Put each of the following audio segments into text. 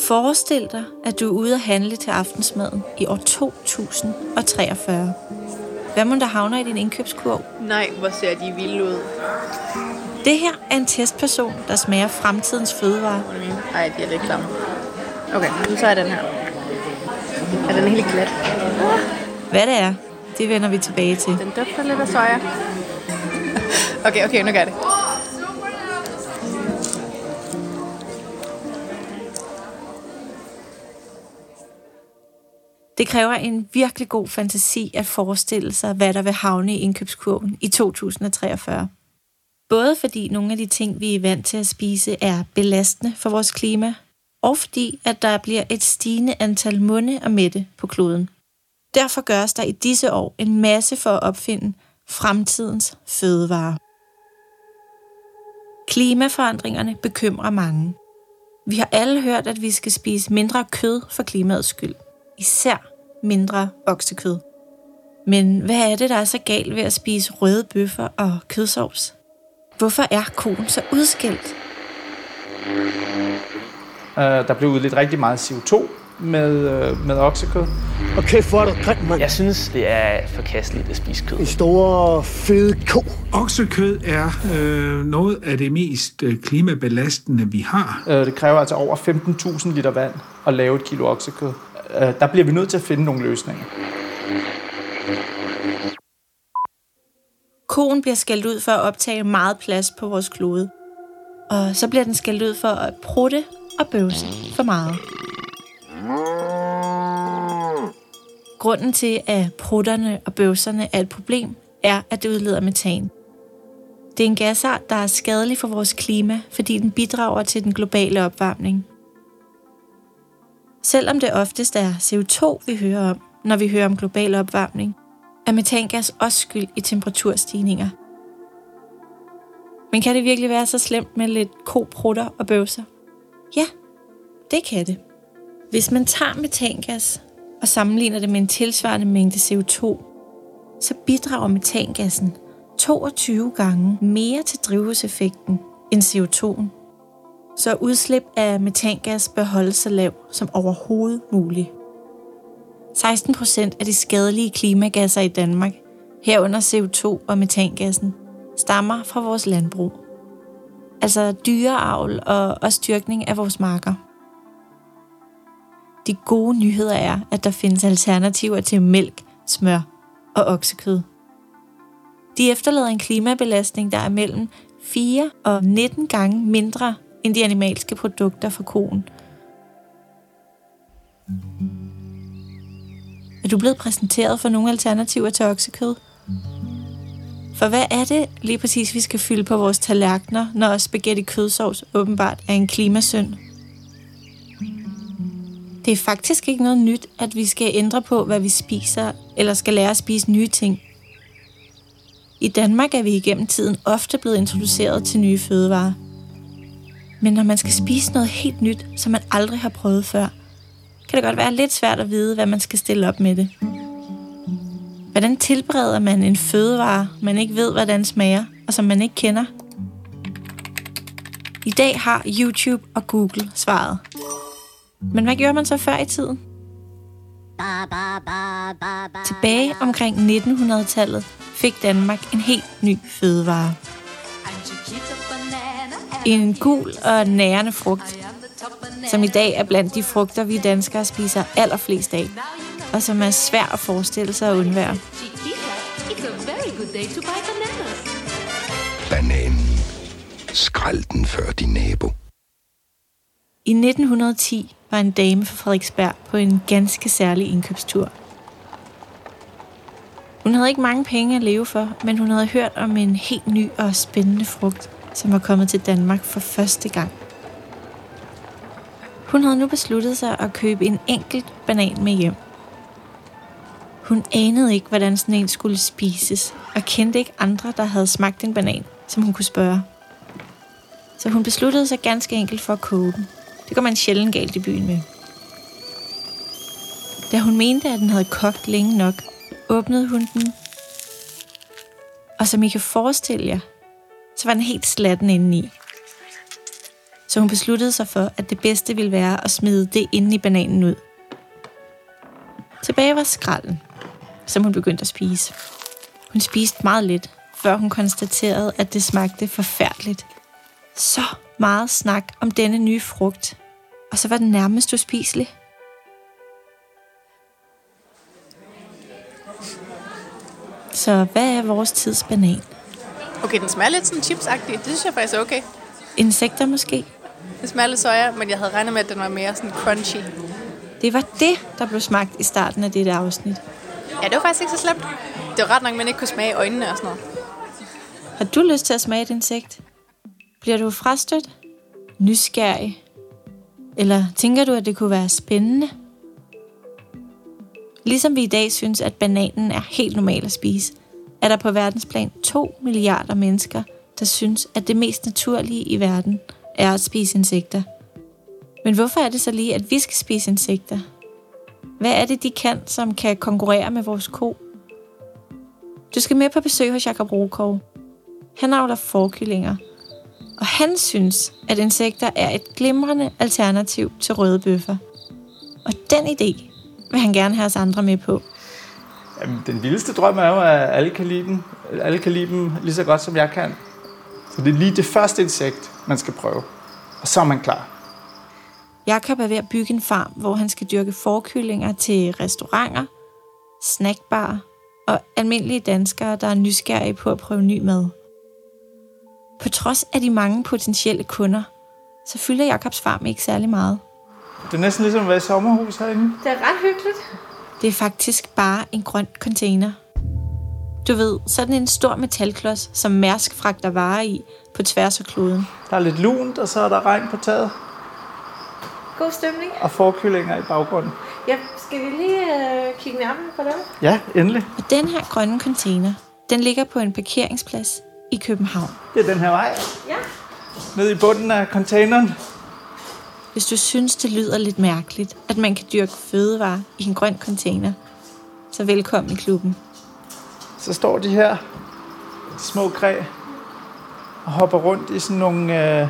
Forestil dig, at du er ude at handle til aftensmaden i år 2043. Hvad må der havner i din indkøbskurv? Nej, hvor ser de vilde ud. Det her er en testperson, der smager fremtidens fødevarer. Nej, de er lidt klamme. Okay, nu tager jeg den her. Er den helt glat? Hvad det er, det vender vi tilbage til. Den dufter lidt af soja. Okay, nu gør jeg det. Det kræver en virkelig god fantasi at forestille sig, hvad der vil havne i indkøbskurven i 2043. Både fordi nogle af de ting, vi er vant til at spise, er belastende for vores klima, og fordi at der bliver et stigende antal munde og mætte på kloden. Derfor gøres der i disse år en masse for at opfinde fremtidens fødevarer. Klimaforandringerne bekymrer mange. Vi har alle hørt, at vi skal spise mindre kød for klimaets skyld. Især mindre oksekød. Men hvad er det, der er så galt ved at spise røde bøffer og kødsovs? Hvorfor er koen så udskilt? Der blev udledt rigtig meget CO2 med oksekød. Okay, for dig grimt, mand. Jeg synes, det er forkasteligt at spise kød. En stor, fed ko. Oksekød er noget af det mest klimabelastende, vi har. Det kræver altså over 15.000 liter vand at lave et kilo oksekød. Der bliver vi nødt til at finde nogle løsninger. Koen bliver skældt ud for at optage meget plads på vores klode. Og så bliver den skældt ud for at prutte og bøvse for meget. Grunden til, at prutterne og bøvserne er et problem, er, at det udleder metan. Det er en gasart, der er skadelig for vores klima, fordi den bidrager til den globale opvarmning. Selvom det oftest er CO2, vi hører om, når vi hører om global opvarmning, er metangas også skyld i temperaturstigninger. Men kan det virkelig være så slemt med lidt koprutter og bøvser? Ja, det kan det. Hvis man tager metangas og sammenligner det med en tilsvarende mængde CO2, så bidrager metangassen 22 gange mere til drivhuseffekten end CO2'en. Så udslip af metangas bør holdes så lav som overhovedet muligt. 16% af de skadelige klimagasser i Danmark, herunder CO2 og metangassen, stammer fra vores landbrug. Altså dyreavl og også dyrkning af vores marker. De gode nyheder er, at der findes alternativer til mælk, smør og oksekød. De efterlader en klimabelastning, der er mellem 4 og 19 gange mindre end de animalske produkter fra koen. Er du blevet præsenteret for nogle alternativer til oksekød? For hvad er det lige præcis, vi skal fylde på vores tallerkener, når spaghetti kødsovs åbenbart er en klimasynd? Det er faktisk ikke noget nyt, at vi skal ændre på, hvad vi spiser, eller skal lære at spise nye ting. I Danmark er vi igennem tiden ofte blevet introduceret til nye fødevarer. Men når man skal spise noget helt nyt, som man aldrig har prøvet før, kan det godt være lidt svært at vide, hvad man skal stille op med det. Hvordan tilbereder man en fødevare, man ikke ved, hvordan smager, og som man ikke kender? I dag har YouTube og Google svaret. Men hvad gjorde man så før i tiden? Tilbage omkring 1900-tallet fik Danmark en helt ny fødevare. En gul og nærende frugt, som i dag er blandt de frugter, vi danskere spiser allerflest af, og som er svær at forestille sig at undvære. Bananen. Skrald den før din nabo. I 1910 var en dame fra Frederiksberg på en ganske særlig indkøbstur. Hun havde ikke mange penge at leve for, men hun havde hørt om en helt ny og spændende frugt, som var kommet til Danmark for første gang. Hun havde nu besluttet sig at købe en enkelt banan med hjem. Hun anede ikke, hvordan sådan en skulle spises, og kendte ikke andre, der havde smagt en banan, som hun kunne spørge. Så hun besluttede sig ganske enkelt for at koge den. Det går man sjældent galt i byen med. Da hun mente, at den havde kogt længe nok, åbnede hun den. Og som I kan forestille jer, så var den helt slatten indeni. Så hun besluttede sig for, at det bedste ville være at smide det inde i bananen ud. Tilbage var skralden, som hun begyndte at spise. Hun spiste meget lidt, før hun konstaterede, at det smagte forfærdeligt. Så meget snak om denne nye frugt, og så var den nærmest uspiselig. Så hvad er vores tids banan? Okay, den smager lidt sådan chipsagtig. Det synes jeg faktisk er okay. Insekter måske? Den smager lidt soja, men jeg havde regnet med, at den var mere sådan crunchy. Det var det, der blev smagt i starten af dette afsnit. Ja, det var faktisk ikke så slemt. Det var ret nok, at man ikke kunne smage øjnene og sådan noget. Har du lyst til at smage et insekt? Bliver du frastødt? Nysgerrig? Eller tænker du, at det kunne være spændende? Ligesom vi i dag synes, at bananen er helt normal at spise, er der på verdensplan 2 milliarder mennesker, der synes, at det mest naturlige i verden er at spise insekter. Men hvorfor er det så lige, at vi skal spise insekter? Hvad er det, de kan, som kan konkurrere med vores ko? Du skal med på besøg hos Jakob Rokov. Han avler fårekyllinger, og han synes, at insekter er et glimrende alternativ til røde bøffer. Og den idé vil han gerne have os andre med på. Jamen, den vildeste drøm er jo, at alle kan lide dem lige så godt, som jeg kan. Så det er lige det første insekt, man skal prøve. Og så er man klar. Jakob er ved at bygge en farm, hvor han skal dyrke fårekyllinger til restauranter, snackbarer og almindelige danskere, der er nysgerrige på at prøve ny mad. På trods af de mange potentielle kunder, så fylder Jakobs farm ikke særlig meget. Det er næsten ligesom at være i sommerhus herinde. Det er ret hyggeligt. Det er faktisk bare en grøn container. Du ved, sådan en stor metalklods, som Mærsk fragter varer i på tværs af kloden. Der er lidt lunt, og så er der regn på taget. God stemning. Og fårekyllinger i baggrunden. Ja, skal vi lige kigge nærmere på dem? Ja, endelig. Og den her grønne container, den ligger på en parkeringsplads i København. Det er den her vej. Ja. Nede i bunden af containeren. Hvis du synes, det lyder lidt mærkeligt, at man kan dyrke fødevarer i en grøn container, så velkommen i klubben. Så står de her små kræ og hopper rundt i sådan nogle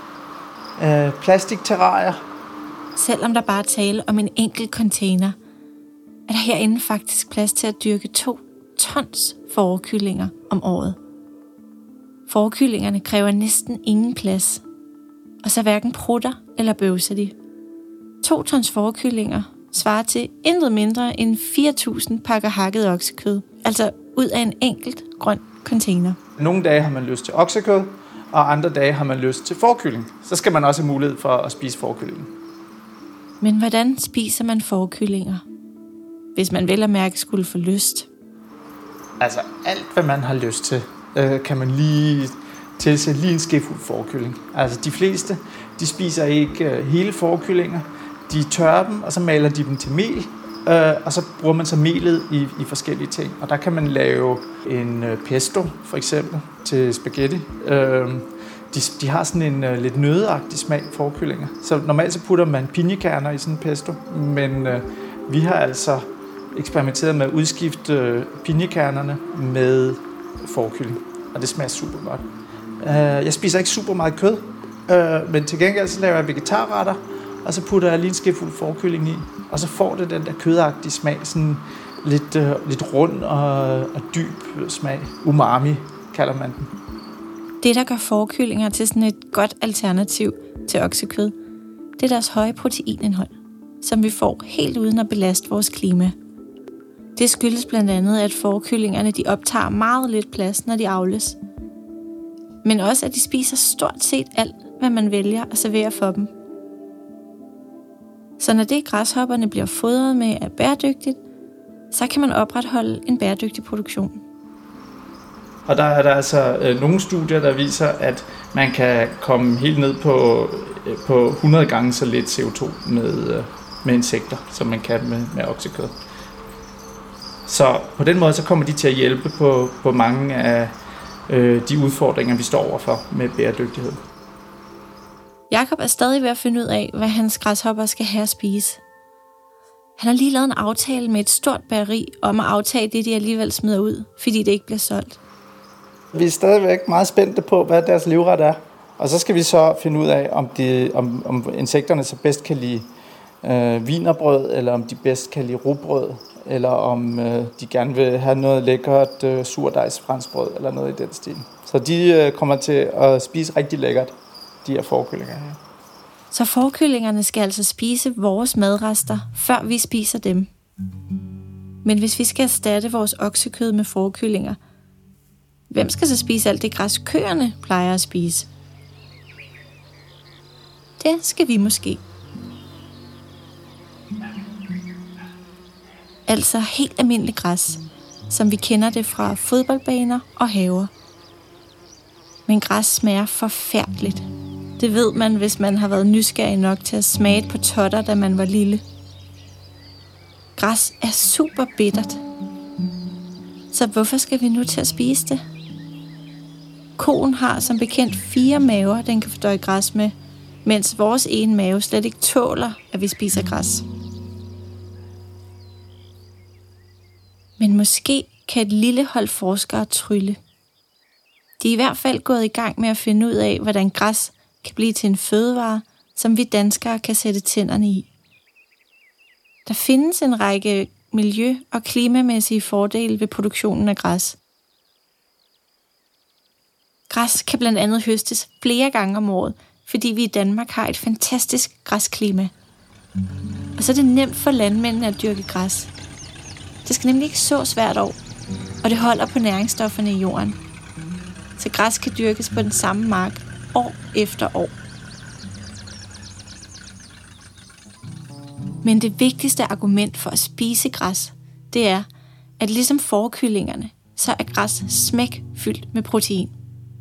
plastikterrarier. Selvom der bare er tale om en enkelt container, er der herinde faktisk plads til at dyrke 2 tons fårekyllinger om året. Fårekyllingerne kræver næsten ingen plads, og så hverken prutter eller bøvser de. 2 tons fårekyllinger svarer til intet mindre end 4.000 pakker hakket oksekød, altså ud af en enkelt grøn container. Nogle dage har man lyst til oksekød, og andre dage har man lyst til fårekylling. Så skal man også have mulighed for at spise fårekylling. Men hvordan spiser man fårekyllinger, hvis man vel at mærke skulle få lyst? Altså alt, hvad man har lyst til, kan man lige tilsætte lige en skefuld fårekylling. Altså de fleste, de spiser ikke hele fårekyllinger. De tørrer dem, og så maler de dem til mel, og så bruger man så melet i forskellige ting. Og der kan man lave en pesto, for eksempel, til spaghetti. De har sådan en lidt nøddeagtig smag, fårekyllinger. Så normalt så putter man pinjekerner i sådan en pesto, men vi har altså eksperimenteret med at udskifte pinjekernerne med fårekylling, og det smager super godt. Jeg spiser ikke super meget kød, men til gengæld så laver jeg vegetarretter, og så putter jeg lige en skefuld fårekylling i, og så får det den der kødagtige smag, sådan lidt rund og dyb smag. Umami kalder man den. Det, der gør fårekyllinger til sådan et godt alternativ til oksekød, det er deres høje proteinindhold, som vi får helt uden at belaste vores klima. Det skyldes blandt andet, at fårekyllingerne de optager meget lidt plads, når de avles. Men også, at de spiser stort set alt, hvad man vælger at servere for dem. Så når det græshopperne bliver fodret med er bæredygtigt, så kan man opretholde en bæredygtig produktion. Og der er der altså nogle studier, der viser, at man kan komme helt ned på 100 gange så lidt CO2 med insekter, som man kan med oksekød. Så på den måde så kommer de til at hjælpe på mange af de udfordringer, vi står overfor med bæredygtighed. Jakob er stadig ved at finde ud af, hvad hans græshopper skal have at spise. Han har lige lavet en aftale med et stort bageri om at aftage det, de alligevel smider ud, fordi det ikke bliver solgt. Vi er stadigvæk meget spændte på, hvad deres livret er. Og så skal vi så finde ud af, om insekterne så bedst kan lide wienerbrød, eller om de bedst kan lide rugbrød, eller om de gerne vil have noget lækkert surdejsfranskbrød, eller noget i den stil. Så de kommer til at spise rigtig lækkert, de her fårekyllinger her. Så fårekyllingerne skal altså spise vores madrester, før vi spiser dem. Men hvis vi skal erstatte vores oksekød med fårekyllinger, hvem skal så spise alt det græs, køerne plejer at spise? Det skal vi måske. Altså helt almindelig græs, som vi kender det fra fodboldbaner og haver. Men græs smager forfærdeligt. Det ved man, hvis man har været nysgerrig nok til at smage på totter, da man var lille. Græs er super bittert. Så hvorfor skal vi nu til at spise det? Koen har som bekendt 4 maver, den kan fordøje græs med, mens vores ene mave slet ikke tåler, at vi spiser græs. Men måske kan et lille hold forskere trylle. De er i hvert fald gået i gang med at finde ud af, hvordan græs kan blive til en fødevare, som vi danskere kan sætte tænderne i. Der findes en række miljø- og klimamæssige fordele ved produktionen af græs. Græs kan blandt andet høstes flere gange om året, fordi vi i Danmark har et fantastisk græsklima. Og så er det nemt for landmændene at dyrke græs. Det skal nemlig ikke sås hvert år, og det holder på næringsstofferne i jorden. Så græs kan dyrkes på den samme mark år efter år. Men det vigtigste argument for at spise græs, det er, at ligesom fårekyllingerne, så er græs smækfyldt med protein.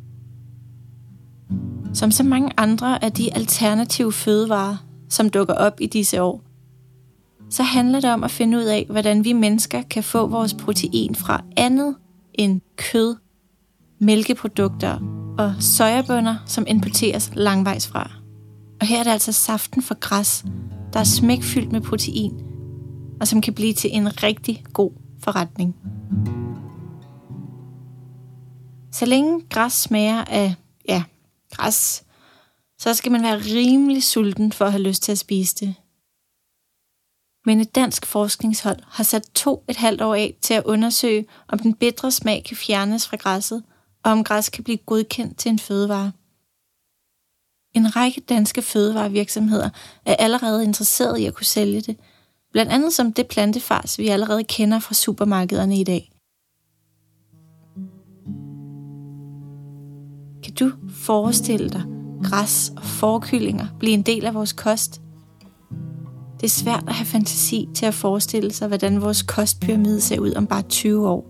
Som så mange andre af de alternative fødevarer, som dukker op i disse år, så handler det om at finde ud af, hvordan vi mennesker kan få vores protein fra andet end kød, mælkeprodukter og sojabønner, som importeres langvejs fra. Og her er det altså saften fra græs, der er smækfyldt med protein, og som kan blive til en rigtig god forretning. Så længe græs smager af, græs, så skal man være rimelig sulten for at have lyst til at spise det. Men et dansk forskningshold har sat 2,5 år af til at undersøge, om den bitre smag kan fjernes fra græsset, og om græs kan blive godkendt til en fødevare. En række danske fødevarevirksomheder er allerede interesseret i at kunne sælge det, blandt andet som det plantefars, vi allerede kender fra supermarkederne i dag. Kan du forestille dig græs og fårekyllinger blive en del af vores kost? Det er svært at have fantasi til at forestille sig, hvordan vores kostpyramide ser ud om bare 20 år.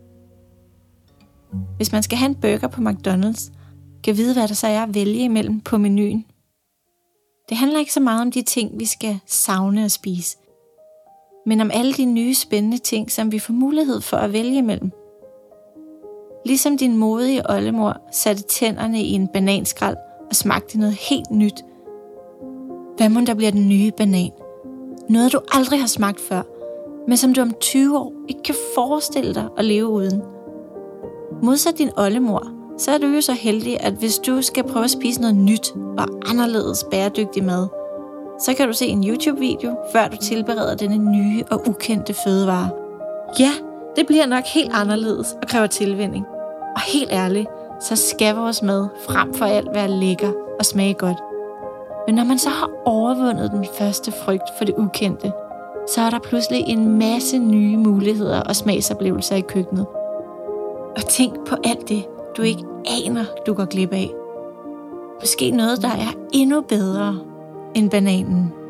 Hvis man skal have en burger på McDonald's, kan vide, hvad der så er at vælge imellem på menuen. Det handler ikke så meget om de ting, vi skal savne at spise, men om alle de nye spændende ting, som vi får mulighed for at vælge imellem. Ligesom din modige oldemor satte tænderne i en bananskrald og smagte noget helt nyt. Hvad mon der bliver den nye banan? Noget du aldrig har smagt før, men som du om 20 år ikke kan forestille dig at leve uden. Modsat din oldemor, så er du jo så heldig, at hvis du skal prøve at spise noget nyt og anderledes bæredygtig mad, så kan du se en YouTube-video, før du tilbereder denne nye og ukendte fødevare. Ja, det bliver nok helt anderledes og kræver tilvænning. Og helt ærligt, så skal vores mad frem for alt være lækker og smage godt. Men når man så har overvundet den første frygt for det ukendte, så er der pludselig en masse nye muligheder og smagsoplevelser i køkkenet. Og tænk på alt det, du ikke aner, du går glip af. Måske noget, der er endnu bedre end bananen.